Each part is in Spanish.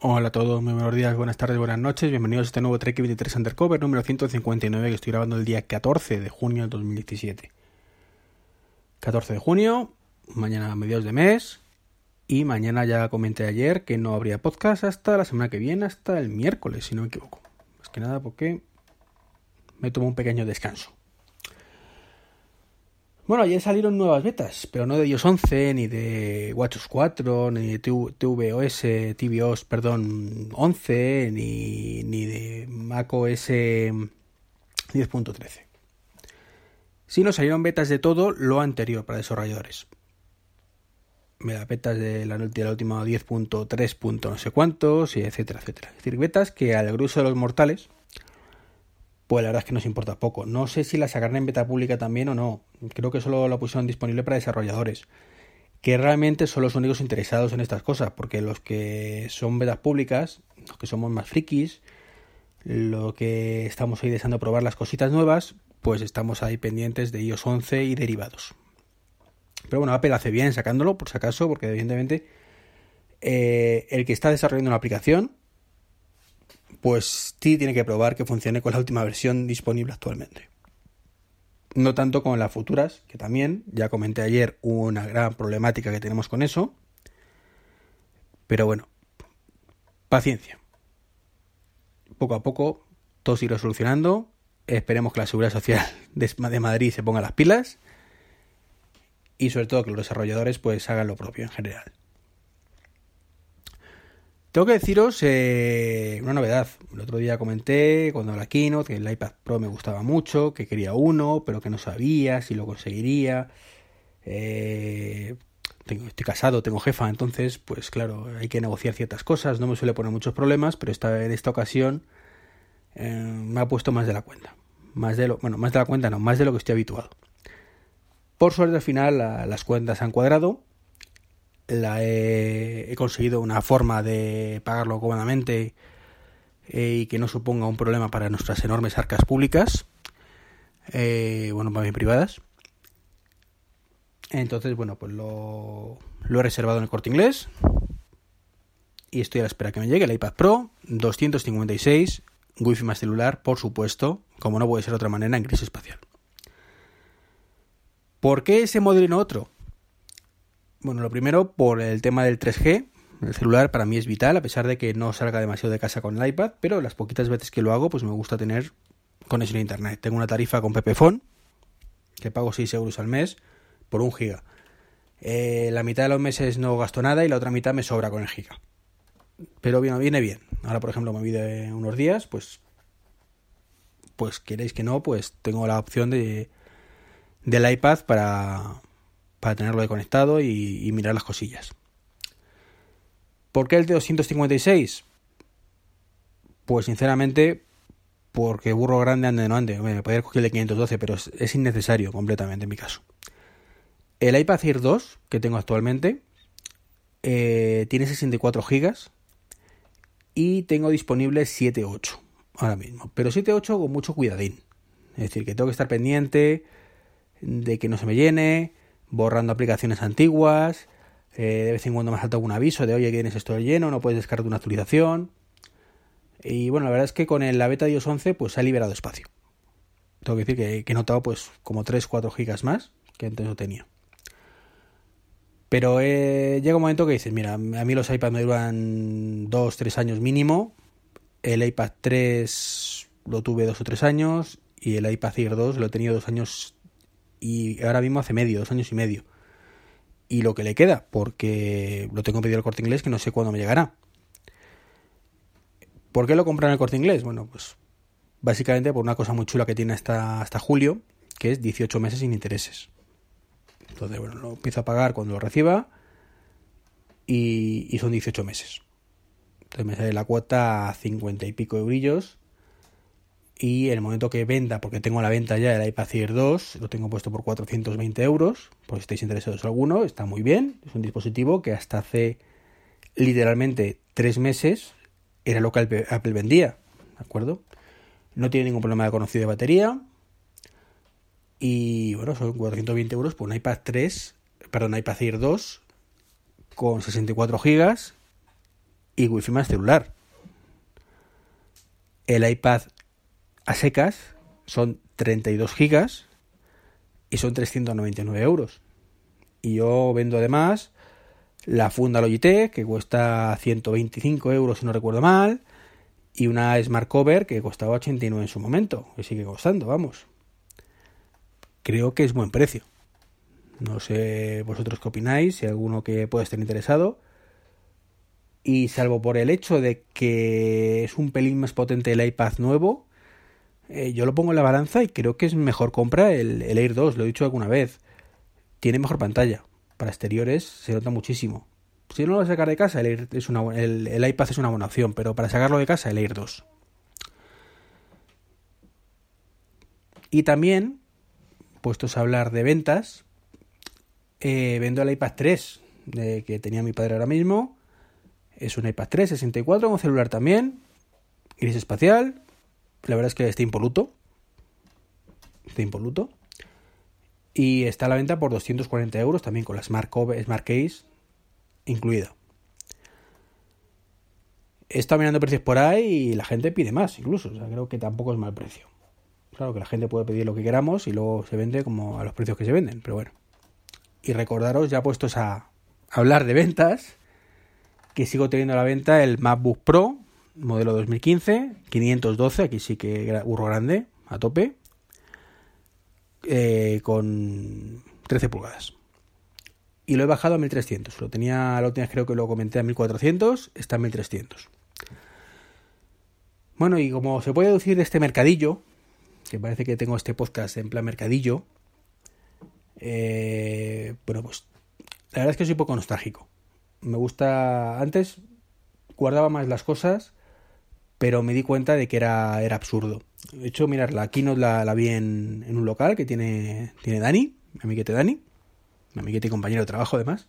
Hola a todos, muy buenos días, buenas tardes, buenas noches. Bienvenidos a este nuevo Trek 23 Undercover número 159 que estoy grabando el día 14 de junio del 2017. 14 de junio, mañana a mediados de mes. Y mañana ya comenté ayer que no habría podcast hasta la semana que viene, hasta el miércoles, si no me equivoco. Más que nada porque me tomo un pequeño descanso. Bueno, ayer salieron nuevas betas, pero no de iOS 11, ni de WatchOS 4, ni de tvOS 11, ni de macOS 10.13. Sino salieron betas de todo lo anterior para desarrolladores. Betas de la última 10.3. No sé cuántos, y etcétera, etcétera. Es decir, betas que al grueso de los mortales, pues la verdad es que nos importa poco. No sé si la sacarán en beta pública también o no. Creo que solo la pusieron disponible para desarrolladores, que realmente son los únicos interesados en estas cosas, porque los que son betas públicas, los que somos más frikis, lo que estamos ahí deseando probar las cositas nuevas, pues estamos ahí pendientes de iOS 11 y derivados. Pero bueno, Apple hace bien sacándolo, por si acaso, porque evidentemente el que está desarrollando una aplicación, pues sí tiene que probar que funcione con la última versión disponible actualmente. No tanto con las futuras, que también, ya comenté ayer, una gran problemática que tenemos con eso. Pero bueno, paciencia. Poco a poco todo se irá solucionando. Esperemos que la Seguridad Social de Madrid se ponga las pilas. Y sobre todo que los desarrolladores pues hagan lo propio en general. Tengo que deciros una novedad. El otro día comenté cuando la Keynote que el iPad Pro me gustaba mucho, que quería uno, pero que no sabía si lo conseguiría. Estoy casado, tengo jefa, entonces pues claro, hay que negociar ciertas cosas. No me suele poner muchos problemas, pero en esta ocasión me ha puesto más de la cuenta. Más de lo que estoy habituado. Por suerte al final las cuentas han cuadrado. He conseguido una forma de pagarlo cómodamente y que no suponga un problema para nuestras enormes arcas públicas, para mí privadas. Entonces, bueno, pues lo he reservado en el Corte Inglés y estoy a la espera que me llegue el iPad Pro 256, Wi-Fi más celular, por supuesto, como no puede ser de otra manera en crisis espacial. ¿Por qué ese modelo y no otro? Bueno, lo primero, por el tema del 3G. El celular para mí es vital, a pesar de que no salga demasiado de casa con el iPad, pero las poquitas veces que lo hago, pues me gusta tener conexión a internet. Tengo una tarifa con Pepefone, que pago 6 euros al mes por 1 giga. La mitad de los meses no gasto nada y la otra mitad me sobra con el giga. Pero viene bien. Ahora, por ejemplo, me voy de unos días, pues queréis que no, pues tengo la opción del iPad para tenerlo ahí conectado y mirar las cosillas. ¿Por qué el de 256? Pues sinceramente, porque burro grande ande no ande. Me podría coger el de 512, pero es innecesario completamente en mi caso. El iPad Air 2 que tengo actualmente tiene 64 gigas y tengo disponible 7.8 ahora mismo. Pero 7.8 con mucho cuidadín. Es decir, que tengo que estar pendiente de que no se me llene, borrando aplicaciones antiguas, de vez en cuando me salta algún aviso de oye, que tienes esto lleno, no puedes descargar una actualización. Y bueno, la verdad es que con la beta de iOS 11 pues se ha liberado espacio. Tengo que decir que he notado pues como 3-4 gigas más que antes no tenía. Pero llega un momento que dices, mira, a mí los iPads me duran 2-3 años mínimo. El iPad 3 lo tuve 2 o 3 años y el iPad Air 2 lo he tenido 2 años y ahora mismo hace 2 años y medio. Y lo que le queda, porque lo tengo pedido al Corte Inglés que no sé cuándo me llegará. ¿Por qué lo compré en el Corte Inglés? Bueno, pues básicamente por una cosa muy chula que tiene hasta julio, que es 18 meses sin intereses. Entonces, bueno, lo empiezo a pagar cuando lo reciba y son 18 meses. Entonces me sale la cuota a 50 y pico eurillos. Y en el momento que venda, porque tengo a la venta ya el iPad Air 2, lo tengo puesto por 420 euros, pues si estáis interesados en alguno, está muy bien. Es un dispositivo que hasta hace literalmente 3 meses era lo que Apple vendía, ¿de acuerdo? No tiene ningún problema de conocido de batería. Y bueno, son 420 euros por un iPad Air 2 con 64 gigas y Wi-Fi más celular. El iPad a secas son 32 gigas y son 399 euros. Y yo vendo además la funda Logitech, que cuesta 125 euros si no recuerdo mal, y una Smart Cover que costaba 89 en su momento, que sigue costando, vamos. Creo que es buen precio. No sé vosotros qué opináis, si hay alguno que pueda estar interesado. Y salvo por el hecho de que es un pelín más potente el iPad nuevo, yo lo pongo en la balanza y creo que es mejor compra el Air 2, lo he dicho alguna vez. Tiene mejor pantalla. Para exteriores se nota muchísimo. Si no lo vas a sacar de casa, el iPad es una buena opción, pero para sacarlo de casa, el Air 2. Y también, puestos a hablar de ventas, vendo el iPad 3 que tenía mi padre ahora mismo. Es un iPad 3 64 con celular también, gris espacial. La verdad es que está impoluto. Y está a la venta por 240 euros, también con la Smart Case incluida. He estado mirando precios por ahí y la gente pide más, incluso. O sea, creo que tampoco es mal precio. Claro que la gente puede pedir lo que queramos y luego se vende como a los precios que se venden, pero bueno. Y recordaros, ya puestos a hablar de ventas, que sigo teniendo a la venta el MacBook Pro, modelo 2015, 512, aquí sí que burro grande, a tope. Con 13 pulgadas y lo he bajado a 1300. Lo tenía creo que lo comenté a 1400, está en 1300. Bueno, y como se puede deducir de este mercadillo, que parece que tengo este podcast en plan mercadillo, bueno, pues la verdad es que soy un poco nostálgico. Me gusta, antes guardaba más las cosas, pero me di cuenta de que era absurdo. De hecho, mirar, la Keynote la vi en un local que tiene Dani, mi amiguete Dani, mi amiguete y compañero de trabajo además.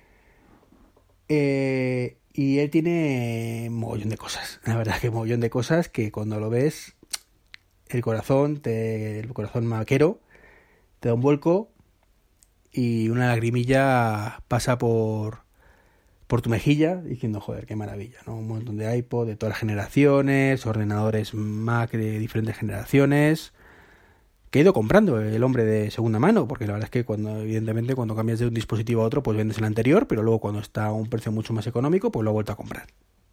Y él tiene mogollón de cosas, la verdad que mogollón de cosas que cuando lo ves, el corazón maquero te da un vuelco y una lagrimilla pasa por tu mejilla diciendo, joder, qué maravilla, ¿no? Un montón de iPod de todas las generaciones, ordenadores Mac de diferentes generaciones, que he ido comprando el hombre de segunda mano, porque la verdad es que evidentemente cuando cambias de un dispositivo a otro, pues vendes el anterior, pero luego cuando está a un precio mucho más económico, pues lo he vuelto a comprar.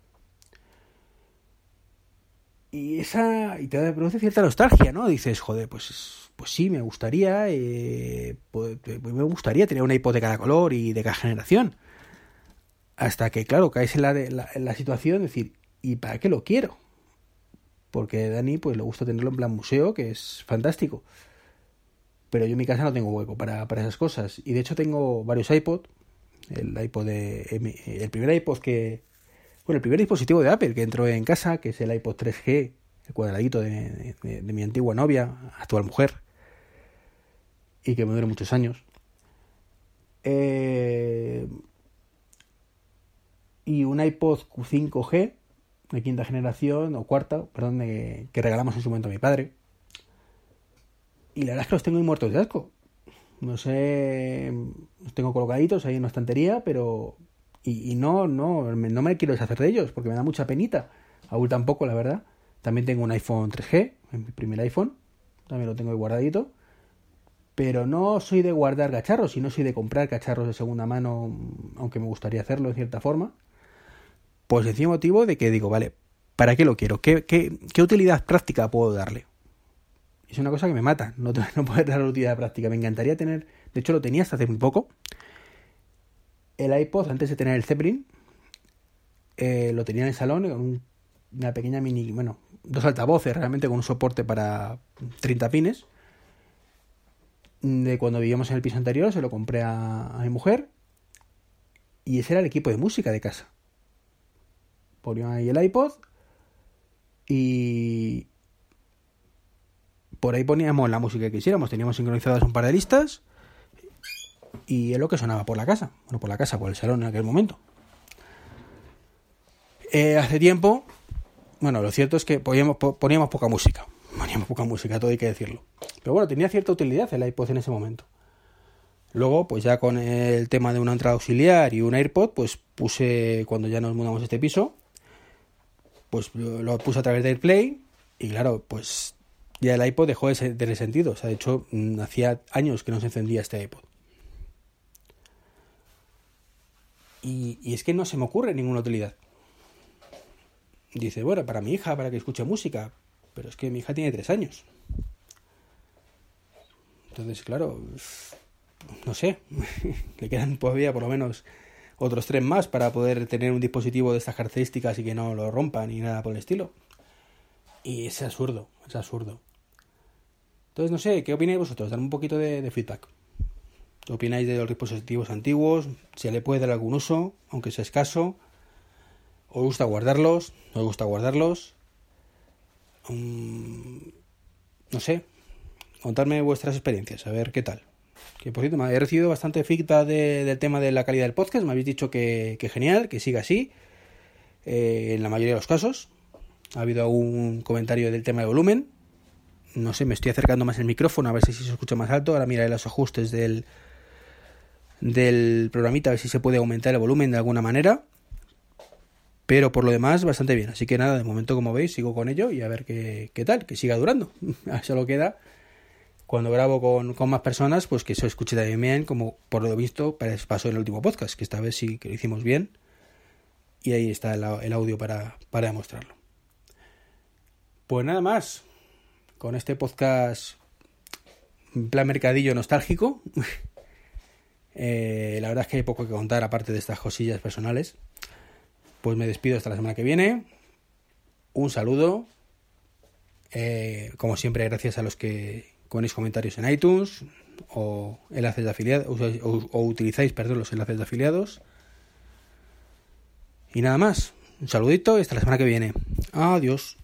Y te produce cierta nostalgia, ¿no? Dices, joder, pues sí, me gustaría tener un iPod de cada color y de cada generación. Hasta que, claro, caes en la situación de decir, ¿y para qué lo quiero? Porque a Dani pues le gusta tenerlo en plan museo, que es fantástico. Pero yo en mi casa no tengo hueco para esas cosas. Y de hecho tengo varios iPod. El primer iPod el primer dispositivo de Apple que entró en casa, que es el iPod 3G, el cuadradito de mi antigua novia, actual mujer. Y que me dura muchos años. Y un iPod 5G de quinta generación o cuarta, perdón, que regalamos en su momento a mi padre. Y la verdad es que los tengo ahí muertos de asco. No sé, los tengo colocaditos ahí en una estantería, pero no me quiero deshacer de ellos porque me da mucha penita. Aún tampoco, la verdad. También tengo un iPhone 3G, mi primer iPhone, también lo tengo ahí guardadito. Pero no soy de guardar cacharros, sino soy de comprar cacharros de segunda mano, aunque me gustaría hacerlo de cierta forma. Pues sencillo motivo de que digo, vale, ¿para qué lo quiero? ¿Qué utilidad práctica puedo darle? Es una cosa que me mata, no poder dar utilidad práctica. Me encantaría tener, de hecho lo tenía hasta hace muy poco, el iPod antes de tener el Zeppelin, lo tenía en el salón con una pequeña dos altavoces realmente con un soporte para 30 pines. De cuando vivíamos en el piso anterior se lo compré a mi mujer y ese era el equipo de música de casa. Poníamos ahí el iPod y por ahí poníamos la música que quisiéramos. Teníamos sincronizadas un par de listas y es lo que sonaba por la casa. Bueno, por el salón en aquel momento. Hace tiempo, lo cierto es que poníamos poca música. Poníamos poca música, todo hay que decirlo. Pero bueno, tenía cierta utilidad el iPod en ese momento. Luego, pues ya con el tema de una entrada auxiliar y un AirPod, pues puse, cuando ya nos mudamos a este piso, pues lo puse a través de AirPlay y claro, pues ya el iPod dejó de tener sentido. O sea, de hecho, hacía años que no se encendía este iPod. Y es que no se me ocurre ninguna utilidad. Dice, bueno, para mi hija, para que escuche música. Pero es que mi hija tiene 3 años. Entonces, claro, no sé. Le quedan todavía por lo menos otros 3 más para poder tener un dispositivo de estas características y que no lo rompan ni nada por el estilo. Y es absurdo, es absurdo. Entonces, no sé, ¿qué opináis vosotros? Dame un poquito de feedback. ¿Qué opináis de los dispositivos antiguos? ¿Se le puede dar algún uso, aunque sea escaso? ¿Os gusta guardarlos? ¿No os gusta guardarlos? No sé. Contadme vuestras experiencias, a ver qué tal. Que por cierto, he recibido bastante feedback del tema de la calidad del podcast. Me habéis dicho que genial, que siga así. En la mayoría de los casos. Ha habido algún comentario del tema de volumen. No sé, me estoy acercando más el micrófono a ver si se escucha más alto. Ahora miraré los ajustes del programita a ver si se puede aumentar el volumen de alguna manera. Pero por lo demás, bastante bien. Así que nada, de momento, como veis, sigo con ello y a ver qué tal, que siga durando. Solo queda, cuando grabo con más personas, pues que se escuche también bien, como por lo visto pasó en el último podcast, que esta vez sí que lo hicimos bien. Y ahí está el audio para demostrarlo. Pues nada más. Con este podcast en plan mercadillo nostálgico. La verdad es que hay poco que contar aparte de estas cosillas personales. Pues me despido hasta la semana que viene. Un saludo. Como siempre, gracias a los que ponéis comentarios en iTunes o enlaces de afiliados o utilizáis, los enlaces de afiliados. Y nada más. Un saludito y hasta la semana que viene. Adiós.